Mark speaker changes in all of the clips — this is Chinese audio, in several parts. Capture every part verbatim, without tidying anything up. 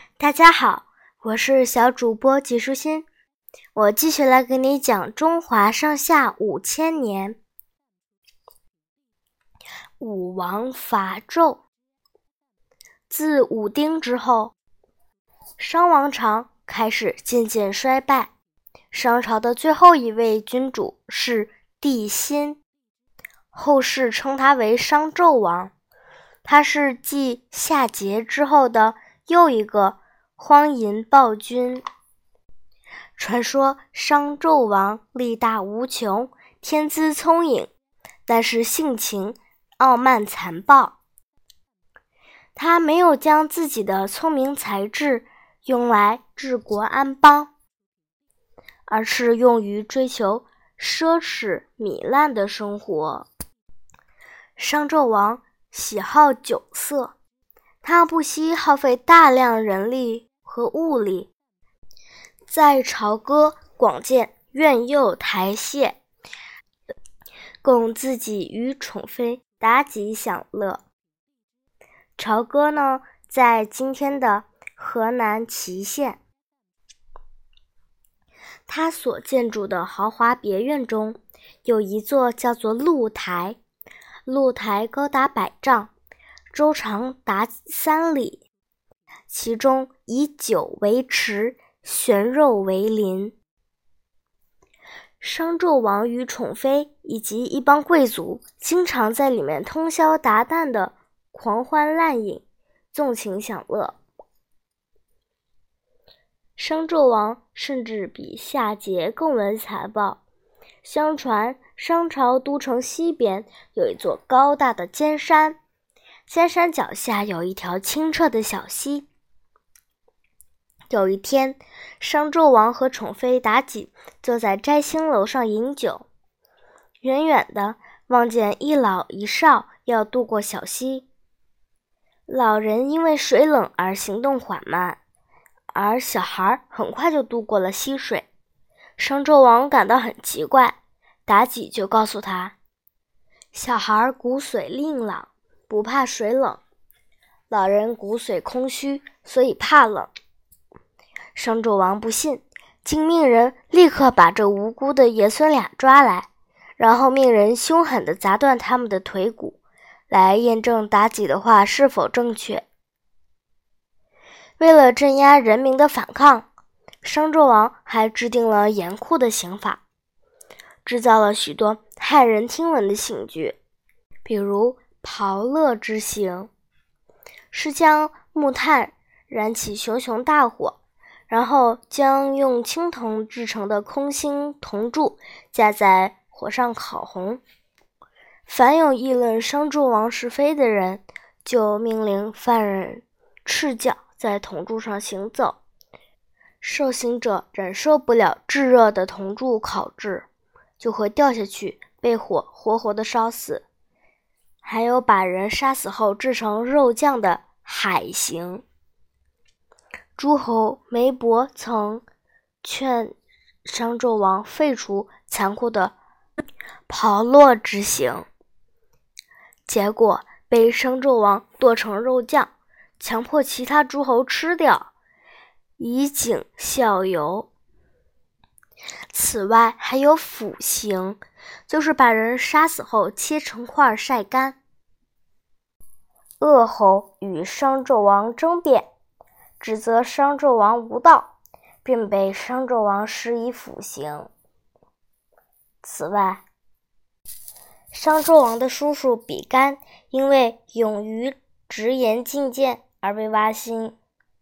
Speaker 1: 大家好，我是小主播吉舒心，我继续来给你讲中华上下五千年。武王伐纣。自武丁之后，商王朝开始渐渐衰败。商朝的最后一位君主是帝辛，后世称他为商纣王。他是继夏桀之后的又一个荒淫暴君。传说商纣王力大无穷，天资聪颖，但是性情傲慢残暴。他没有将自己的聪明才智用来治国安邦，而是用于追求奢侈糜烂的生活。商纣王喜好酒色，他不惜耗费大量人力和物力，在朝歌广建苑囿台榭，供自己与宠妃妲己享乐。朝歌呢，在今天的河南淇县。他所建筑的豪华别院中，有一座叫做露台，露台高达百丈，周长达三里，其中以酒为池，悬肉为鳞。商纣王与宠妃以及一帮贵族经常在里面通宵达旦的狂欢滥饮，纵情享乐。商纣王甚至比夏桀更为残暴。相传商朝都城西边有一座高大的尖山，尖山脚下有一条清澈的小溪。有一天，商纣王和宠妃妲己坐在摘星楼上饮酒，远远的望见一老一少要渡过小溪。老人因为水冷而行动缓慢，而小孩很快就渡过了溪水。商纣王感到很奇怪，妲己就告诉他，小孩骨髓硬朗，不怕水冷，老人骨髓空虚，所以怕冷。商纣王不信，竟命人立刻把这无辜的爷孙俩抓来，然后命人凶狠地砸断他们的腿骨，来验证妲己的话是否正确。为了镇压人民的反抗，商纣王还制定了严酷的刑法，制造了许多骇人听闻的刑具，比如炮烙之刑，是将木炭燃起熊熊大火，然后将用青铜制成的空心铜柱架在火上烤红。凡有议论商纣王是非的人，就命令犯人赤脚在铜柱上行走。受刑者忍受不了炙热的铜柱烤制，就会掉下去，被火活活地烧死。还有把人杀死后制成肉酱的海刑。诸侯梅伯曾劝商纣王废除残酷的炮烙之刑，结果被商纣王剁成肉酱，强迫其他诸侯吃掉，以儆效尤。此外还有腐刑，就是把人杀死后切成块晒干。鄂侯与商纣王争辩，指责商纣王无道，并被商纣王施以腐刑。此外，商纣王的叔叔比干因为勇于直言进谏而被挖心。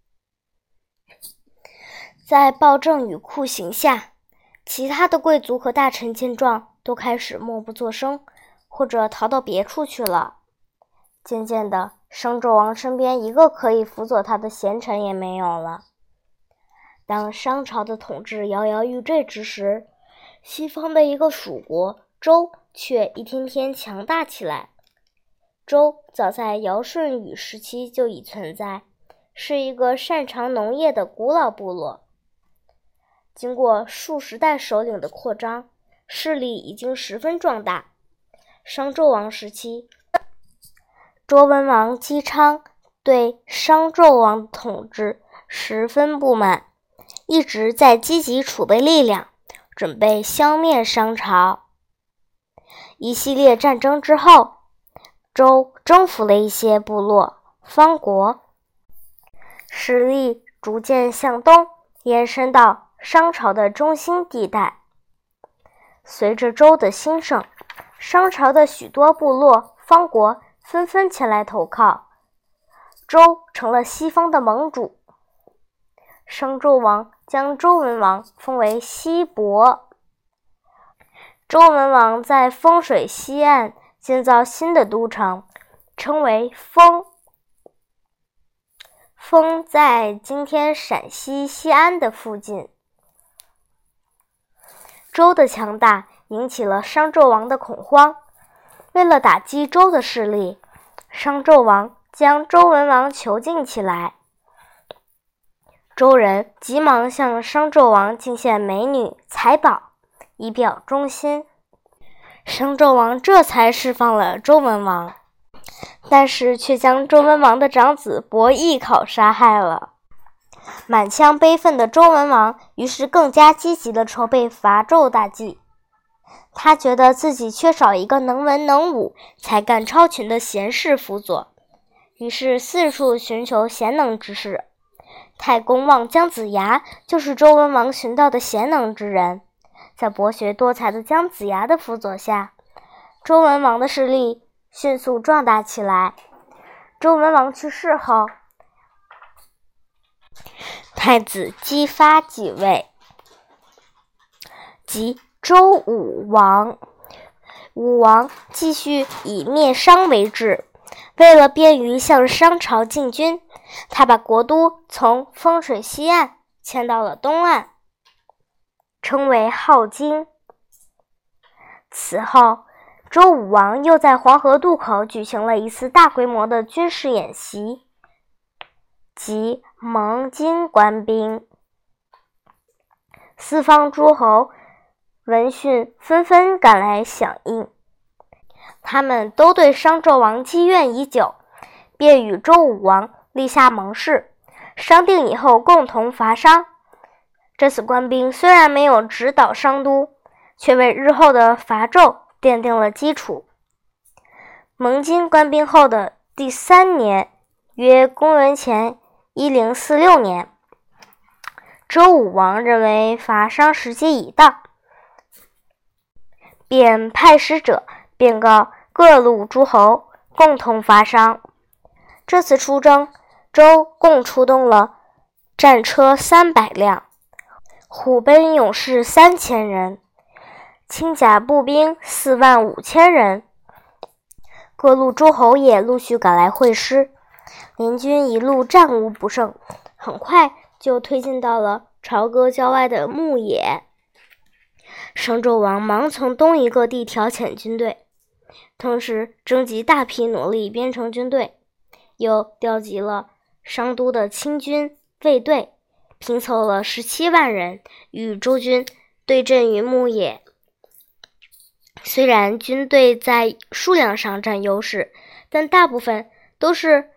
Speaker 1: 在暴政与酷刑下，其他的贵族和大臣见状都开始默不作声，或者逃到别处去了。渐渐的，商纣王身边一个可以辅佐他的贤臣也没有了。当商朝的统治摇摇欲坠之时，西方的一个属国周却一天天强大起来。周早在尧舜禹时期就已存在，是一个擅长农业的古老部落。经过数十代首领的扩张，势力已经十分壮大。商纣王时期，周文王姬昌对商纣王的统治十分不满，一直在积极储备力量，准备消灭商朝。一系列战争之后，周征服了一些部落、方国，势力逐渐向东延伸到商朝的中心地带。随着周的兴盛，商朝的许多部落、方国纷纷前来投靠，周成了西方的盟主。商纣王将周文王封为西伯。周文王在丰水西岸建造新的都城，称为丰。丰在今天陕西西安的附近。周的强大引起了商纣王的恐慌，为了打击周的势力，商纣王将周文王囚禁起来。周人急忙向商纣王进献美女、财宝，以表忠心。商纣王这才释放了周文王，但是却将周文王的长子伯邑考杀害了。满腔悲愤的周文王于是更加积极地筹备伐纣大计。他觉得自己缺少一个能文能武、才干超群的贤士辅佐，于是四处寻求贤能之士。太公望姜子牙就是周文王寻到的贤能之人。在博学多才的姜子牙的辅佐下，周文王的势力迅速壮大起来。周文王去世后，太子姬发即位，即周武王。武王继续以灭商为志，为了便于向商朝进军，他把国都从丰水西岸迁到了东岸，称为镐京。此后，周武王又在黄河渡口举行了一次大规模的军事演习，即蒙津官兵。四方诸侯闻讯纷纷赶来响应，他们都对商纣王积怨已久，便与周武王立下盟誓，商定以后共同伐商。这次官兵虽然没有直捣商都，却为日后的伐纣奠定了基础。蒙津官兵后的第三年，约公元前一零四六年，周武王认为伐商时机已到，便派使者禀告各路诸侯，共同伐商。这次出征，周共出动了战车三百辆，虎贲勇士三千人，轻甲步兵四万五千人。各路诸侯也陆续赶来会师，联军一路战无不胜，很快就推进到了朝歌郊外的牧野。商纣王忙从东夷各地调遣军队，同时征集大批奴隶编成军队，又调集了商都的亲军卫队，拼凑了十七万人与周军对阵于牧野。虽然军队在数量上占优势，但大部分都是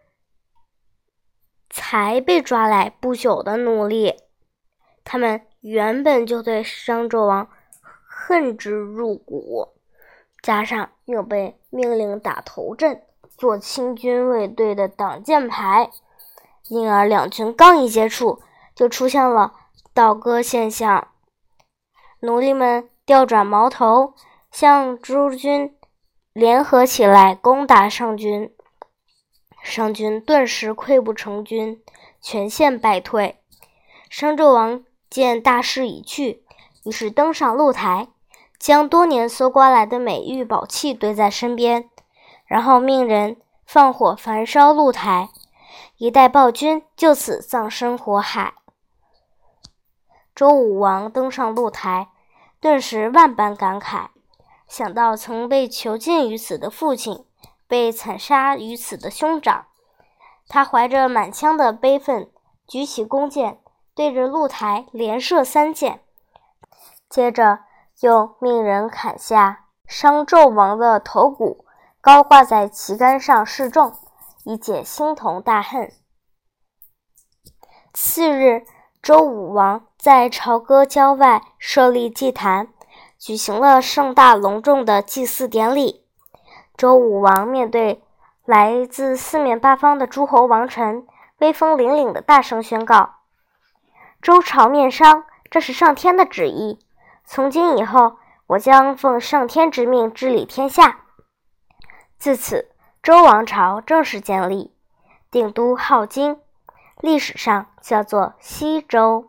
Speaker 1: 才被抓来不久的奴隶，他们原本就对商纣王恨之入骨，加上又被命令打头阵，做亲军卫队的挡箭牌，因而两军刚一接触，就出现了倒戈现象。奴隶们调转矛头，向周军联合起来攻打商军，商军顿时溃不成军，全线败退。商纣王见大势已去，于是登上露台，将多年搜刮来的美玉宝器堆在身边，然后命人放火焚烧露台，一代暴君就此葬身火海。周武王登上露台，顿时万般感慨，想到曾被囚禁于此的父亲，被惨杀于此的兄长，他怀着满腔的悲愤，举起弓箭，对着露台连射三箭，接着又命人砍下商纣王的头骨，高挂在旗杆上示众，以解心头大恨。 次日，周武王在朝歌郊外设立祭坛，举行了盛大隆重的祭祀典礼。周武王面对来自四面八方的诸侯王臣，威风凛凛地大声宣告：周朝面商，这是上天的旨意。从今以后，我将奉上天之命治理天下。自此，周王朝正式建立，定都镐京，历史上叫做西周。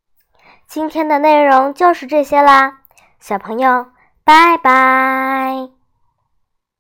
Speaker 1: 今天的内容就是这些啦，小朋友，拜拜。